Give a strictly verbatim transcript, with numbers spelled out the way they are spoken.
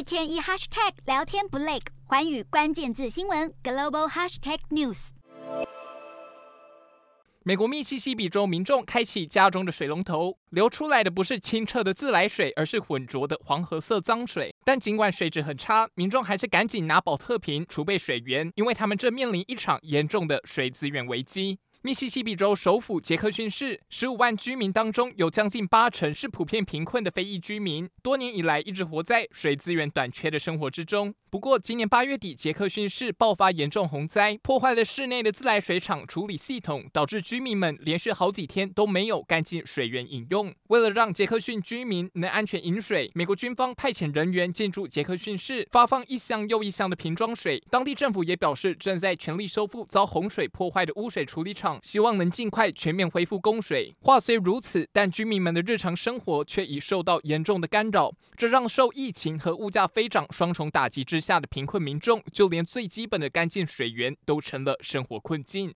天一 hashtag 聊天不累，寰宇关键字新闻 global hashtag news。 美国密西西比州民众开启家中的水龙头，流出来的不是清澈的自来水，而是浑浊的黄褐色脏水。但尽管水质很差，民众还是赶紧拿保特瓶储备水源，因为他们正面临一场严重的水资源危机。密西西比州首府杰克逊市十五万居民当中，有将近八成是普遍贫困的非裔居民，多年以来一直活在水资源短缺的生活之中。不过，今年八月底，杰克逊市爆发严重洪灾，破坏了市内的自来水厂处理系统，导致居民们连续好几天都没有干净水源饮用。为了让杰克逊居民能安全饮水，美国军方派遣人员进驻杰克逊市，发放一箱又一箱的瓶装水。当地政府也表示，正在全力修复遭洪水破坏的污水处理厂，希望能尽快全面恢复供水。话虽如此，但居民们的日常生活却已受到严重的干扰，这让受疫情和物价飞涨双重打击之下的贫困民众，就连最基本的干净水源都成了生活困境。